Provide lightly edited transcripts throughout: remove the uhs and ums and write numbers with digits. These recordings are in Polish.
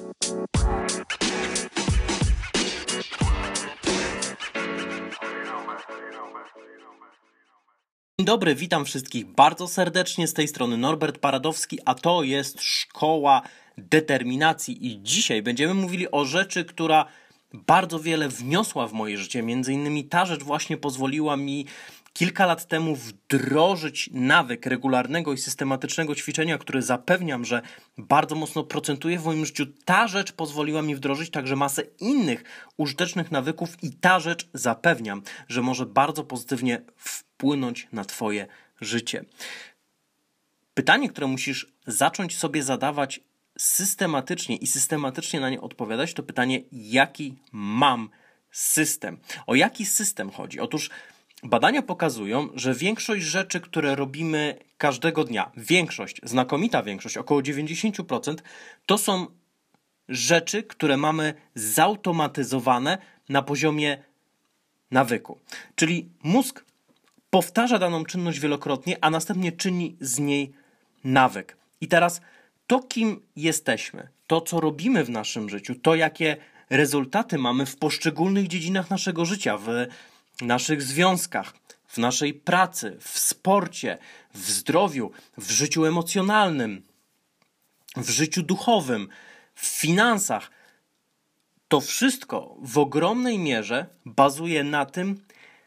Dzień dobry, witam wszystkich bardzo serdecznie, z tej strony Norbert Paradowski, a to jest Szkoła Determinacji i dzisiaj będziemy mówili o rzeczy, która bardzo wiele wniosła w moje życie. Między innymi ta rzecz właśnie pozwoliła mi kilka lat temu wdrożyć nawyk regularnego i systematycznego ćwiczenia, który zapewniam, że bardzo mocno procentuje w moim życiu. Ta rzecz pozwoliła mi wdrożyć także masę innych użytecznych nawyków i ta rzecz zapewniam, że może bardzo pozytywnie wpłynąć na Twoje życie. Pytanie, które musisz zacząć sobie zadawać systematycznie i systematycznie na nie odpowiadać, to pytanie, jaki mam system? O jaki system chodzi? Otóż badania pokazują, że większość rzeczy, które robimy każdego dnia, znakomita większość, około 90%, to są rzeczy, które mamy zautomatyzowane na poziomie nawyku. Czyli mózg powtarza daną czynność wielokrotnie, a następnie czyni z niej nawyk. I teraz to, kim jesteśmy, to, co robimy w naszym życiu, to, jakie rezultaty mamy w poszczególnych dziedzinach naszego życia, w naszych związkach, w naszej pracy, w sporcie, w zdrowiu, w życiu emocjonalnym, w życiu duchowym, w finansach. To wszystko w ogromnej mierze bazuje na tym,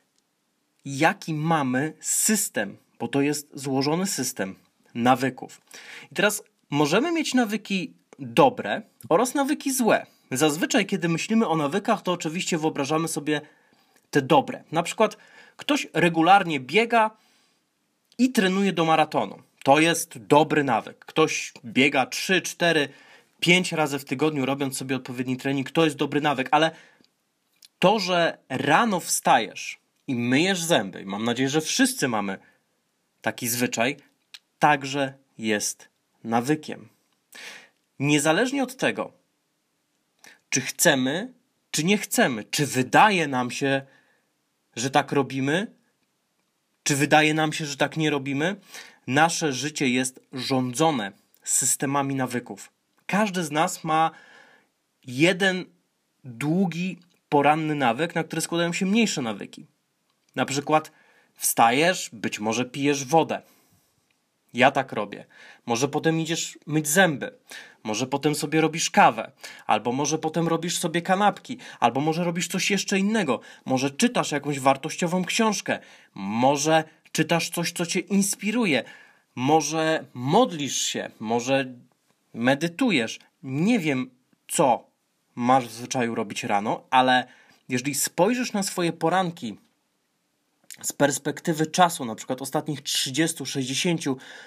jaki mamy system, bo to jest złożony system nawyków. I teraz możemy mieć nawyki dobre oraz nawyki złe. Zazwyczaj, kiedy myślimy o nawykach, to oczywiście wyobrażamy sobie te dobre. Na przykład ktoś regularnie biega i trenuje do maratonu. To jest dobry nawyk. Ktoś biega 3, 4, 5 razy w tygodniu, robiąc sobie odpowiedni trening, to jest dobry nawyk, ale to, że rano wstajesz i myjesz zęby, mam nadzieję, że wszyscy mamy taki zwyczaj, także jest nawykiem. Niezależnie od tego, czy chcemy, czy nie chcemy, czy wydaje nam się, że tak robimy, czy wydaje nam się, że tak nie robimy, nasze życie jest rządzone systemami nawyków. Każdy z nas ma jeden długi, poranny nawyk, na który składają się mniejsze nawyki. Na przykład wstajesz, być może pijesz wodę. Ja tak robię. Może potem idziesz myć zęby. Może potem sobie robisz kawę. Albo może potem robisz sobie kanapki. Albo może robisz coś jeszcze innego. Może czytasz jakąś wartościową książkę. Może czytasz coś, co cię inspiruje. Może modlisz się. Może medytujesz. Nie wiem, co masz w zwyczaju robić rano, ale jeżeli spojrzysz na swoje poranki z perspektywy czasu, na przykład ostatnich 30, 60,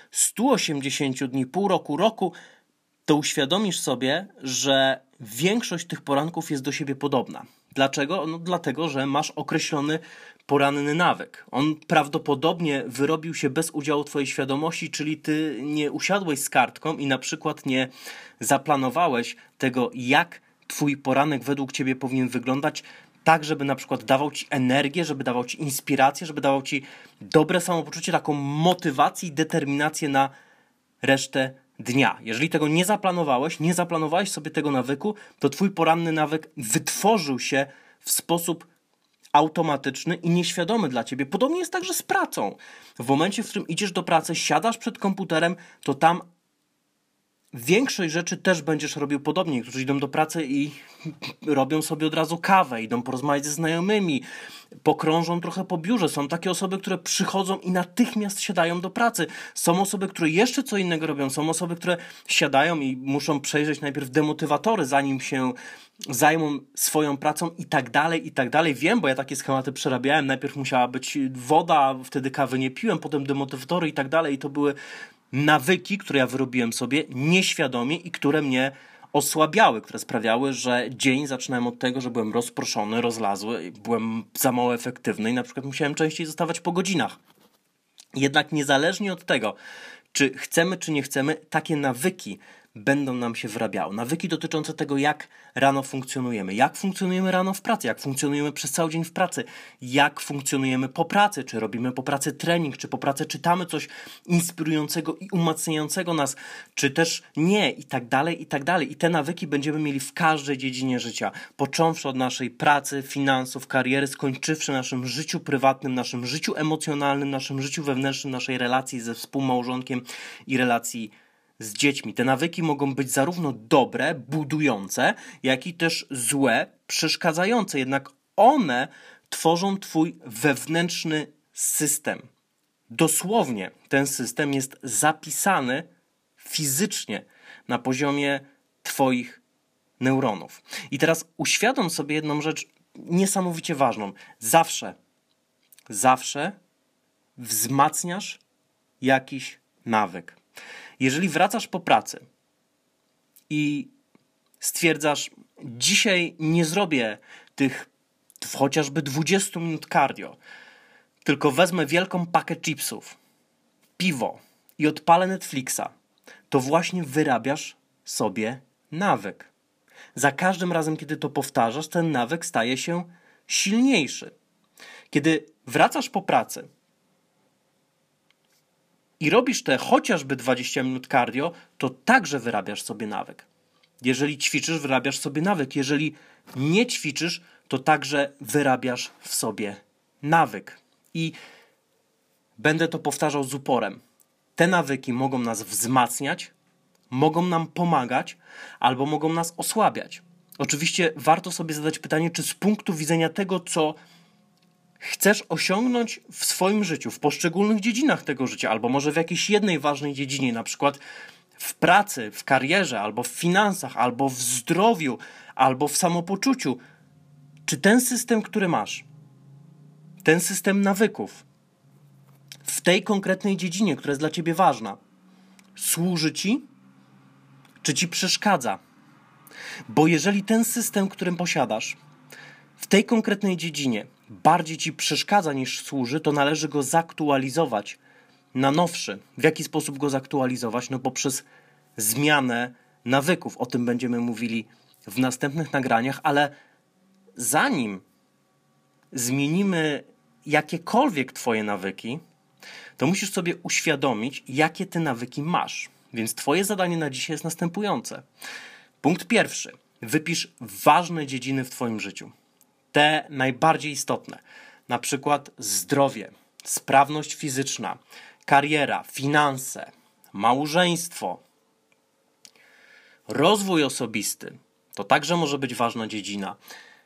180 dni, pół roku, roku, to uświadomisz sobie, że większość tych poranków jest do siebie podobna. Dlaczego? No dlatego, że masz określony poranny nawyk. On prawdopodobnie wyrobił się bez udziału twojej świadomości, czyli ty nie usiadłeś z kartką i na przykład nie zaplanowałeś tego, jak twój poranek według ciebie powinien wyglądać, tak, żeby na przykład dawał ci energię, żeby dawał ci inspirację, żeby dawał ci dobre samopoczucie, taką motywację i determinację na resztę dnia. Jeżeli tego nie zaplanowałeś sobie tego nawyku, to twój poranny nawyk wytworzył się w sposób automatyczny i nieświadomy dla ciebie. Podobnie jest także z pracą. W momencie, w którym idziesz do pracy, siadasz przed komputerem, to tam większość rzeczy też będziesz robił podobnie. Niektórzy idą do pracy i robią sobie od razu kawę, idą porozmawiać ze znajomymi, pokrążą trochę po biurze. Są takie osoby, które przychodzą i natychmiast siadają do pracy. Są osoby, które jeszcze co innego robią. Są osoby, które siadają i muszą przejrzeć najpierw demotywatory, zanim się zajmą swoją pracą i tak dalej, i tak dalej. Wiem, bo ja takie schematy przerabiałem. Najpierw musiała być woda, wtedy kawy nie piłem, potem demotywatory i tak dalej. I to były nawyki, które ja wyrobiłem sobie nieświadomie i które mnie osłabiały, które sprawiały, że dzień zaczynałem od tego, że byłem rozproszony, rozlazły, byłem za mało efektywny i na przykład musiałem częściej zostawać po godzinach. Jednak niezależnie od tego, czy chcemy, czy nie chcemy, takie nawyki będą nam się wrabiały. Nawyki dotyczące tego, jak rano funkcjonujemy. Jak funkcjonujemy rano w pracy, jak funkcjonujemy przez cały dzień w pracy, jak funkcjonujemy po pracy, czy robimy po pracy trening, czy po pracy czytamy coś inspirującego i umacniającego nas, czy też nie, i tak dalej, i tak dalej. I te nawyki będziemy mieli w każdej dziedzinie życia, począwszy od naszej pracy, finansów, kariery, skończywszy naszym życiu prywatnym, naszym życiu emocjonalnym, naszym życiu wewnętrznym, naszej relacji ze współmałżonkiem i relacji z dziećmi. Te nawyki mogą być zarówno dobre, budujące, jak i też złe, przeszkadzające. Jednak one tworzą twój wewnętrzny system. Dosłownie ten system jest zapisany fizycznie na poziomie twoich neuronów. I teraz uświadom sobie jedną rzecz niesamowicie ważną. Zawsze wzmacniasz jakiś nawyk. Jeżeli wracasz po pracy i stwierdzasz, dzisiaj nie zrobię tych chociażby 20 minut cardio, tylko wezmę wielką pakę chipsów, piwo i odpalę Netflixa, to właśnie wyrabiasz sobie nawyk. Za każdym razem, kiedy to powtarzasz, ten nawyk staje się silniejszy. Kiedy wracasz po pracy i robisz te chociażby 20 minut cardio, to także wyrabiasz sobie nawyk. Jeżeli ćwiczysz, wyrabiasz sobie nawyk. Jeżeli nie ćwiczysz, to także wyrabiasz w sobie nawyk. I będę to powtarzał z uporem. Te nawyki mogą nas wzmacniać, mogą nam pomagać, albo mogą nas osłabiać. Oczywiście warto sobie zadać pytanie, czy z punktu widzenia tego, co chcesz osiągnąć w swoim życiu, w poszczególnych dziedzinach tego życia, albo może w jakiejś jednej ważnej dziedzinie, na przykład w pracy, w karierze, albo w finansach, albo w zdrowiu, albo w samopoczuciu. Czy ten system, który masz, ten system nawyków w tej konkretnej dziedzinie, która jest dla ciebie ważna, służy ci, czy ci przeszkadza? Bo jeżeli ten system, którym posiadasz, w tej konkretnej dziedzinie bardziej ci przeszkadza niż służy, to należy go zaktualizować na nowszy. W jaki sposób go zaktualizować? No poprzez zmianę nawyków. O tym będziemy mówili w następnych nagraniach, ale zanim zmienimy jakiekolwiek twoje nawyki, to musisz sobie uświadomić, jakie ty nawyki masz. Więc twoje zadanie na dzisiaj jest następujące. Punkt pierwszy. Wypisz ważne dziedziny w twoim życiu. Te najbardziej istotne. Na przykład zdrowie, sprawność fizyczna, kariera, finanse, małżeństwo, rozwój osobisty. To także może być ważna dziedzina.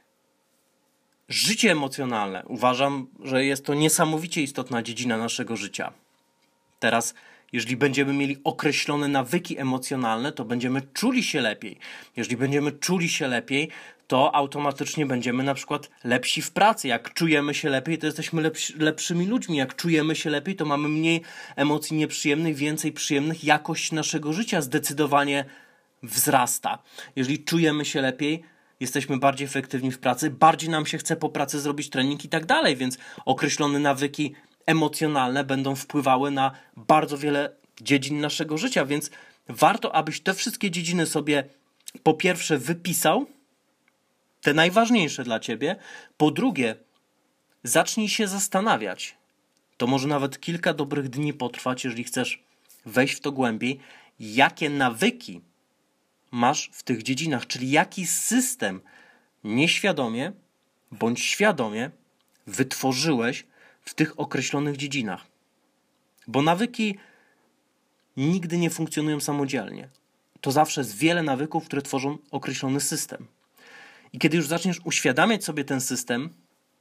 Życie emocjonalne. Uważam, że jest to niesamowicie istotna dziedzina naszego życia. Teraz, jeżeli będziemy mieli określone nawyki emocjonalne, to będziemy czuli się lepiej. Jeżeli będziemy czuli się lepiej, to automatycznie będziemy na przykład lepsi w pracy. Jak czujemy się lepiej, to jesteśmy lepszymi ludźmi. Jak czujemy się lepiej, to mamy mniej emocji nieprzyjemnych, więcej przyjemnych. Jakość naszego życia zdecydowanie wzrasta. Jeżeli czujemy się lepiej, jesteśmy bardziej efektywni w pracy, bardziej nam się chce po pracy zrobić trening i tak dalej, więc określone nawyki emocjonalne będą wpływały na bardzo wiele dziedzin naszego życia, więc warto, abyś te wszystkie dziedziny sobie po pierwsze wypisał, te najważniejsze dla ciebie, po drugie zacznij się zastanawiać. To może nawet kilka dobrych dni potrwać, jeżeli chcesz wejść w to głębiej, jakie nawyki masz w tych dziedzinach, czyli jaki system nieświadomie bądź świadomie wytworzyłeś w tych określonych dziedzinach. Bo nawyki nigdy nie funkcjonują samodzielnie. To zawsze jest wiele nawyków, które tworzą określony system. I kiedy już zaczniesz uświadamiać sobie ten system,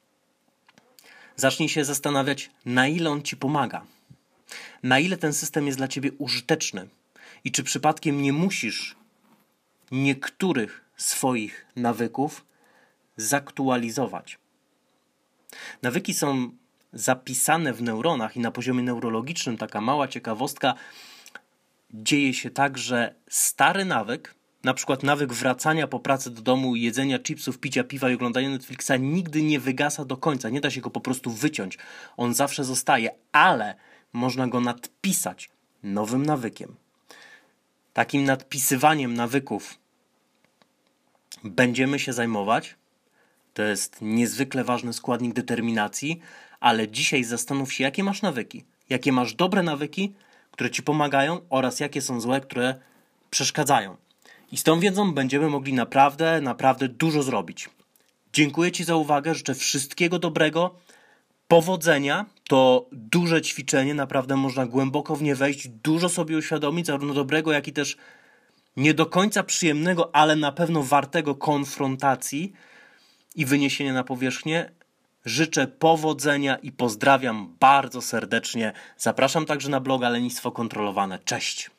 zacznij się zastanawiać, na ile on ci pomaga. Na ile ten system jest dla ciebie użyteczny. I czy przypadkiem nie musisz niektórych swoich nawyków zaktualizować. Nawyki są zapisane w neuronach i na poziomie neurologicznym, taka mała ciekawostka, dzieje się tak, że stary nawyk, na przykład nawyk wracania po pracy do domu, jedzenia chipsów, picia piwa i oglądania Netflixa nigdy nie wygasa do końca. Nie da się go po prostu wyciąć. On zawsze zostaje, ale można go nadpisać nowym nawykiem. takim nadpisywaniem nawyków będziemy się zajmować. To jest niezwykle ważny składnik determinacji, ale dzisiaj zastanów się, jakie masz nawyki. Jakie masz dobre nawyki, które ci pomagają oraz jakie są złe, które przeszkadzają. I z tą wiedzą będziemy mogli naprawdę dużo zrobić. Dziękuję Ci za uwagę, życzę wszystkiego dobrego, powodzenia. To duże ćwiczenie, naprawdę można głęboko w nie wejść, dużo sobie uświadomić, zarówno dobrego, jak i też nie do końca przyjemnego, ale na pewno wartego konfrontacji i wyniesienia na powierzchnię. Życzę powodzenia i pozdrawiam bardzo serdecznie. Zapraszam także na bloga Lenistwo Kontrolowane. Cześć!